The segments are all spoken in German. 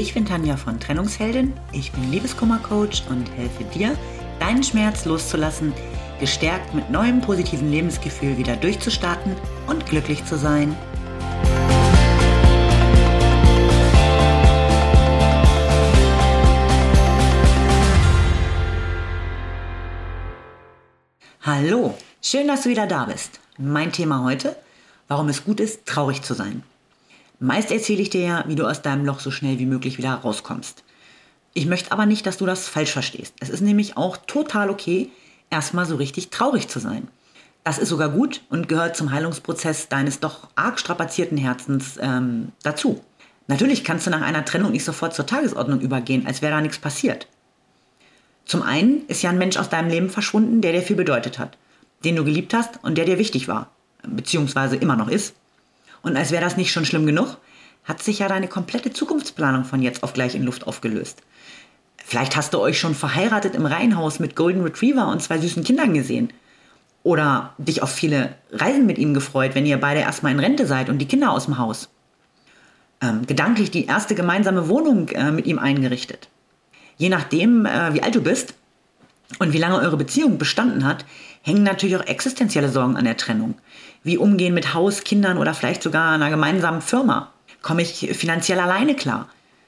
Ich bin Tanja von Trennungsheldin, ich bin Liebeskummer-Coach und helfe dir, deinen Schmerz loszulassen, gestärkt mit neuem positiven Lebensgefühl wieder durchzustarten und glücklich zu sein. Hallo, schön, dass du wieder da bist. Mein Thema heute, warum es gut ist, traurig zu sein. Meist erzähle ich dir ja, wie du aus deinem Loch so schnell wie möglich wieder rauskommst. Ich möchte aber nicht, dass du das falsch verstehst. Es ist nämlich auch total okay, erstmal so richtig traurig zu sein. Das ist sogar gut und gehört zum Heilungsprozess deines doch arg strapazierten Herzens dazu. Natürlich kannst du nach einer Trennung nicht sofort zur Tagesordnung übergehen, als wäre da nichts passiert. Zum einen ist ja ein Mensch aus deinem Leben verschwunden, der dir viel bedeutet hat, den du geliebt hast und der dir wichtig war, beziehungsweise immer noch ist. Und als wäre das nicht schon schlimm genug, hat sich ja deine komplette Zukunftsplanung von jetzt auf gleich in Luft aufgelöst. Vielleicht hast du euch schon verheiratet im Reihenhaus mit Golden Retriever und 2 süßen Kindern gesehen. Oder dich auf viele Reisen mit ihm gefreut, wenn ihr beide erstmal in Rente seid und die Kinder aus dem Haus. Gedanklich die erste gemeinsame Wohnung mit ihm eingerichtet. Je nachdem, wie alt du bist und wie lange eure Beziehung bestanden hat, hängen natürlich auch existenzielle Sorgen an der Trennung. Wie umgehen mit Haus, Kindern oder vielleicht sogar einer gemeinsamen Firma? Komme ich finanziell alleine klar?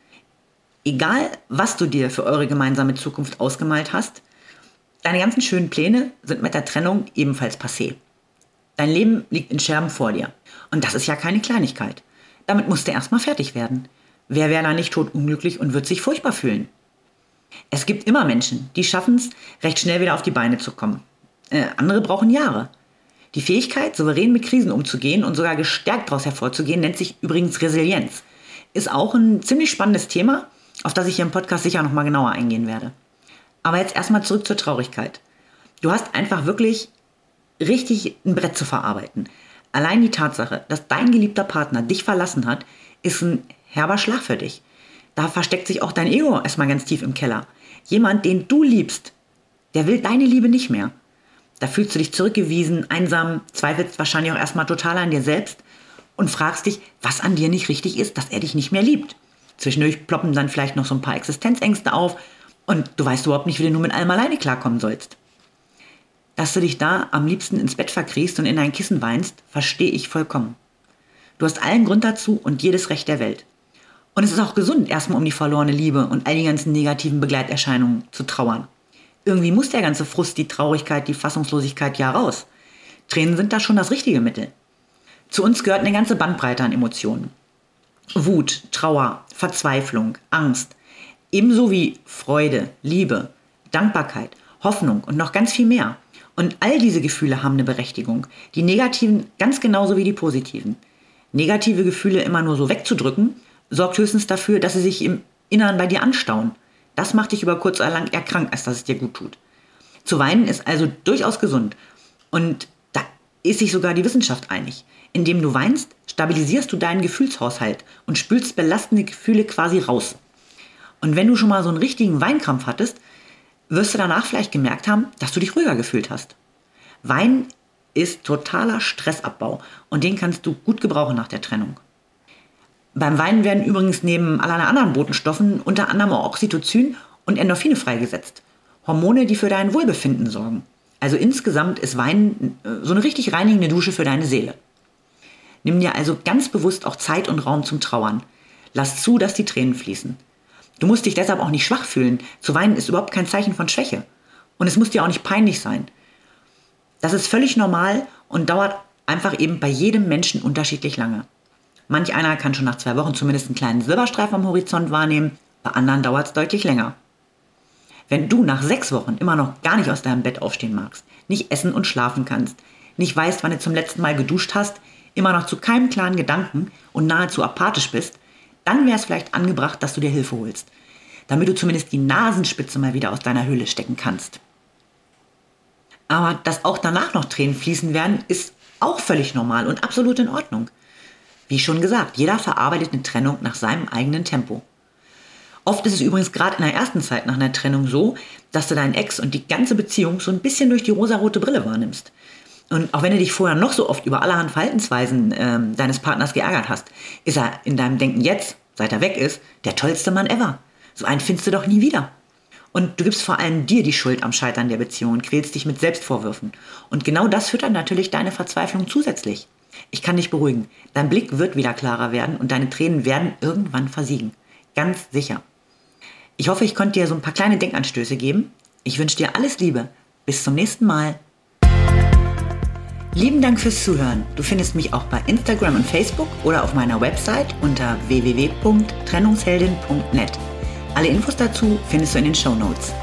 Egal, was du dir für eure gemeinsame Zukunft ausgemalt hast, deine ganzen schönen Pläne sind mit der Trennung ebenfalls passé. Dein Leben liegt in Scherben vor dir. Und das ist ja keine Kleinigkeit. Damit musst du erstmal fertig werden. Wer wäre da nicht totunglücklich und wird sich furchtbar fühlen? Es gibt immer Menschen, die schaffen es, recht schnell wieder auf die Beine zu kommen. Andere brauchen Jahre. Die Fähigkeit, souverän mit Krisen umzugehen und sogar gestärkt daraus hervorzugehen, nennt sich übrigens Resilienz. Ist auch ein ziemlich spannendes Thema, auf das ich hier im Podcast sicher nochmal genauer eingehen werde. Aber jetzt erstmal zurück zur Traurigkeit. Du hast einfach wirklich richtig ein Brett zu verarbeiten. Allein die Tatsache, dass dein geliebter Partner dich verlassen hat, ist ein herber Schlag für dich. Da versteckt sich auch dein Ego erstmal ganz tief im Keller. Jemand, den du liebst, der will deine Liebe nicht mehr. Da fühlst du dich zurückgewiesen, einsam, zweifelst wahrscheinlich auch erstmal total an dir selbst und fragst dich, was an dir nicht richtig ist, dass er dich nicht mehr liebt. Zwischendurch ploppen dann vielleicht noch so ein paar Existenzängste auf und du weißt überhaupt nicht, wie du nur mit allem alleine klarkommen sollst. Dass du dich da am liebsten ins Bett verkriechst und in dein Kissen weinst, verstehe ich vollkommen. Du hast allen Grund dazu und jedes Recht der Welt. Und es ist auch gesund, erstmal um die verlorene Liebe und all die ganzen negativen Begleiterscheinungen zu trauern. Irgendwie muss der ganze Frust, die Traurigkeit, die Fassungslosigkeit ja raus. Tränen sind da schon das richtige Mittel. Zu uns gehört eine ganze Bandbreite an Emotionen. Wut, Trauer, Verzweiflung, Angst, ebenso wie Freude, Liebe, Dankbarkeit, Hoffnung und noch ganz viel mehr. Und all diese Gefühle haben eine Berechtigung. Die negativen ganz genauso wie die positiven. Negative Gefühle immer nur so wegzudrücken, sorgt höchstens dafür, dass sie sich im Inneren bei dir anstauen. Das macht dich über kurz oder lang eher krank, als dass es dir gut tut. Zu weinen ist also durchaus gesund. Und da ist sich sogar die Wissenschaft einig. Indem du weinst, stabilisierst du deinen Gefühlshaushalt und spülst belastende Gefühle quasi raus. Und wenn du schon mal so einen richtigen Weinkrampf hattest, wirst du danach vielleicht gemerkt haben, dass du dich ruhiger gefühlt hast. Weinen ist totaler Stressabbau und den kannst du gut gebrauchen nach der Trennung. Beim Weinen werden übrigens neben allerlei anderen Botenstoffen unter anderem auch Oxytocin und Endorphine freigesetzt. Hormone, die für dein Wohlbefinden sorgen. Also insgesamt ist Weinen so eine richtig reinigende Dusche für deine Seele. Nimm dir also ganz bewusst auch Zeit und Raum zum Trauern. Lass zu, dass die Tränen fließen. Du musst dich deshalb auch nicht schwach fühlen. Zu weinen ist überhaupt kein Zeichen von Schwäche. Und es muss dir auch nicht peinlich sein. Das ist völlig normal und dauert einfach eben bei jedem Menschen unterschiedlich lange. Manch einer kann schon nach 2 Wochen zumindest einen kleinen Silberstreifen am Horizont wahrnehmen, bei anderen dauert es deutlich länger. Wenn du nach 6 Wochen immer noch gar nicht aus deinem Bett aufstehen magst, nicht essen und schlafen kannst, nicht weißt, wann du zum letzten Mal geduscht hast, immer noch zu keinem klaren Gedanken und nahezu apathisch bist, dann wäre es vielleicht angebracht, dass du dir Hilfe holst, damit du zumindest die Nasenspitze mal wieder aus deiner Höhle stecken kannst. Aber dass auch danach noch Tränen fließen werden, ist auch völlig normal und absolut in Ordnung. Wie schon gesagt, jeder verarbeitet eine Trennung nach seinem eigenen Tempo. Oft ist es übrigens gerade in der ersten Zeit nach einer Trennung so, dass du deinen Ex und die ganze Beziehung so ein bisschen durch die rosarote Brille wahrnimmst. Und auch wenn du dich vorher noch so oft über allerhand Verhaltensweisen deines Partners geärgert hast, ist er in deinem Denken jetzt seit er weg ist, der tollste Mann ever. So einen findest du doch nie wieder. Und du gibst vor allem dir die Schuld am Scheitern der Beziehung und quälst dich mit Selbstvorwürfen. Und genau das füttert natürlich deine Verzweiflung zusätzlich. Ich kann dich beruhigen. Dein Blick wird wieder klarer werden und deine Tränen werden irgendwann versiegen. Ganz sicher. Ich hoffe, ich konnte dir so ein paar kleine Denkanstöße geben. Ich wünsche dir alles Liebe. Bis zum nächsten Mal. Lieben Dank fürs Zuhören. Du findest mich auch bei Instagram und Facebook oder auf meiner Website unter www.trennungsheldin.net. Alle Infos dazu findest du in den Shownotes.